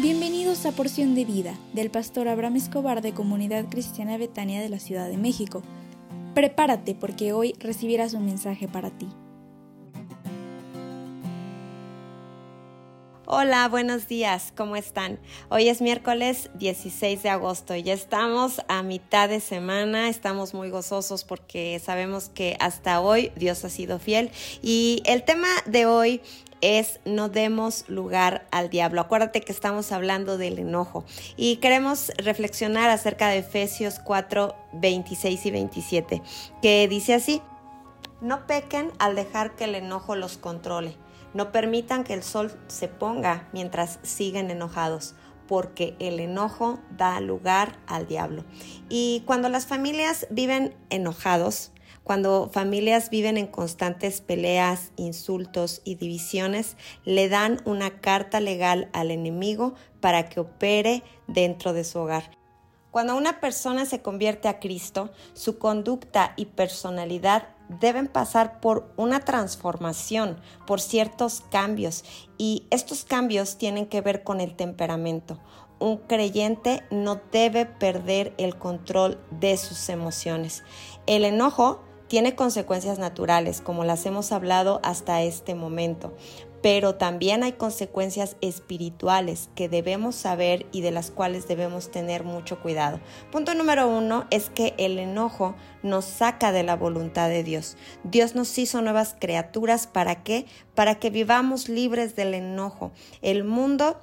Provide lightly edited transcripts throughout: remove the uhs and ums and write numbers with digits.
Bienvenidos a Porción de Vida, del pastor Abraham Escobar de Comunidad Cristiana Betania de la Ciudad de México. Prepárate porque hoy recibirás un mensaje para ti. Hola, buenos días, ¿cómo están? Hoy es miércoles 16 de agosto y ya estamos a mitad de semana, estamos muy gozosos porque sabemos que hasta hoy Dios ha sido fiel y el tema de hoy es no demos lugar al diablo. Acuérdate que estamos hablando del enojo y queremos reflexionar acerca de Efesios 4, 26 y 27, que dice así: no pequen al dejar que el enojo los controle. No permitan que el sol se ponga mientras siguen enojados, porque el enojo da lugar al diablo. Y cuando las familias viven enojados, cuando familias viven en constantes peleas, insultos y divisiones, le dan una carta legal al enemigo para que opere dentro de su hogar. Cuando una persona se convierte a Cristo, su conducta y personalidad deben pasar por una transformación, por ciertos cambios, y estos cambios tienen que ver con el temperamento. Un creyente no debe perder el control de sus emociones. El enojo tiene consecuencias naturales, como las hemos hablado hasta este momento, pero también hay consecuencias espirituales que debemos saber y de las cuales debemos tener mucho cuidado. Punto número 1 es que el enojo nos saca de la voluntad de Dios. Dios nos hizo nuevas criaturas. ¿Para qué? Para que vivamos libres del enojo. El mundo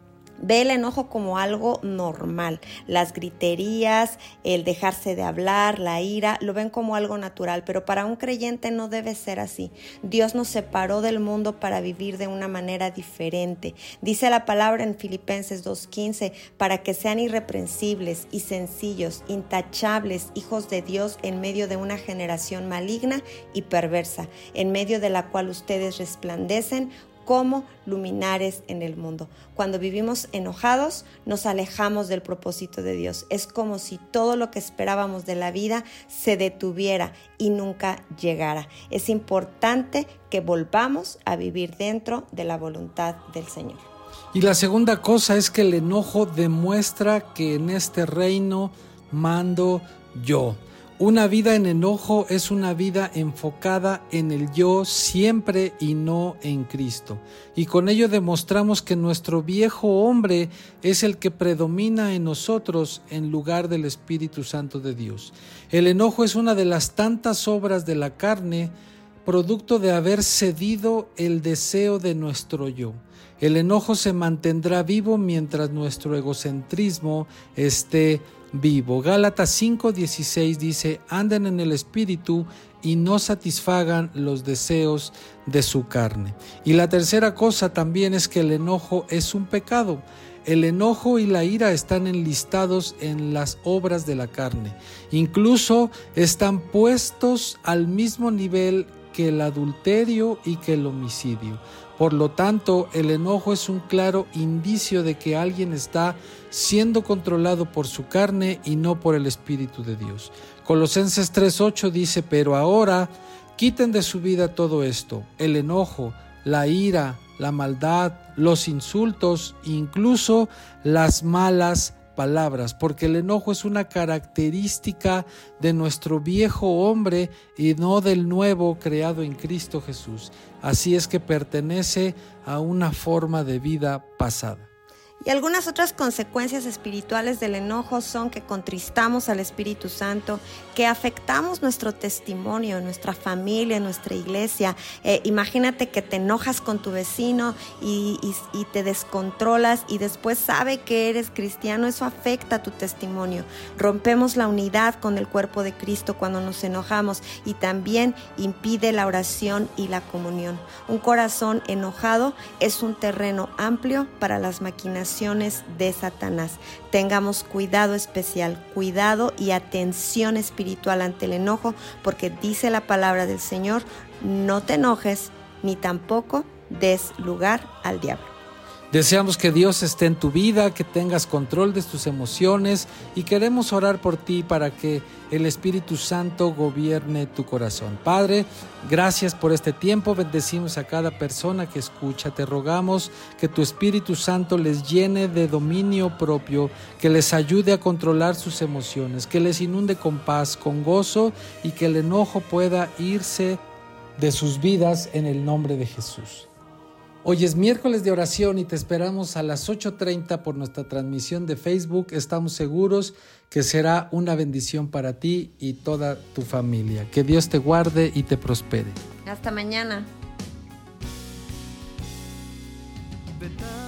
ve el enojo como algo normal. Las griterías, el dejarse de hablar, la ira, lo ven como algo natural, pero para un creyente no debe ser así. Dios nos separó del mundo para vivir de una manera diferente. Dice la palabra en Filipenses 2:15, para que sean irreprensibles y sencillos, intachables, hijos de Dios en medio de una generación maligna y perversa, en medio de la cual ustedes resplandecen como luminares en el mundo. Cuando vivimos enojados, nos alejamos del propósito de Dios. Es como si todo lo que esperábamos de la vida se detuviera y nunca llegara. Es importante que volvamos a vivir dentro de la voluntad del Señor. Y la segunda cosa es que el enojo demuestra que en este reino mando yo. Una vida en enojo es una vida enfocada en el yo siempre y no en Cristo. Y con ello demostramos que nuestro viejo hombre es el que predomina en nosotros en lugar del Espíritu Santo de Dios. El enojo es una de las tantas obras de la carne, producto de haber cedido el deseo de nuestro yo. El enojo se mantendrá vivo mientras nuestro egocentrismo esté vivo. Gálatas 5:16 dice: anden en el Espíritu y no satisfagan los deseos de su carne. Y la tercera cosa también es que el enojo es un pecado. El enojo y la ira están enlistados en las obras de la carne. Incluso están puestos al mismo nivel que el adulterio y que el homicidio. Por lo tanto, el enojo es un claro indicio de que alguien está siendo controlado por su carne y no por el Espíritu de Dios. Colosenses 3:8 dice: pero ahora quiten de su vida todo esto: el enojo, la ira, la maldad, los insultos, incluso las malas palabras, porque el enojo es una característica de nuestro viejo hombre y no del nuevo creado en Cristo Jesús. Así es que pertenece a una forma de vida pasada. Y algunas otras consecuencias espirituales del enojo son que contristamos al Espíritu Santo, que afectamos nuestro testimonio, nuestra familia, nuestra iglesia. Imagínate que te enojas con tu vecino y te descontrolas y después sabe que eres cristiano. Eso afecta tu testimonio. Rompemos la unidad con el cuerpo de Cristo cuando nos enojamos y también impide la oración y la comunión. Un corazón enojado es un terreno amplio para las maquinaciones de Satanás. Tengamos cuidado especial, cuidado y atención espiritual ante el enojo, porque dice la palabra del Señor: no te enojes ni tampoco des lugar al diablo. Deseamos que Dios esté en tu vida, que tengas control de tus emociones y queremos orar por ti para que el Espíritu Santo gobierne tu corazón. Padre, gracias por este tiempo, bendecimos a cada persona que escucha. Te rogamos que tu Espíritu Santo les llene de dominio propio, que les ayude a controlar sus emociones, que les inunde con paz, con gozo y que el enojo pueda irse de sus vidas en el nombre de Jesús. Hoy es miércoles de oración y te esperamos a las 8:30 por nuestra transmisión de Facebook. Estamos seguros que será una bendición para ti y toda tu familia. Que Dios te guarde y te prospere. Hasta mañana.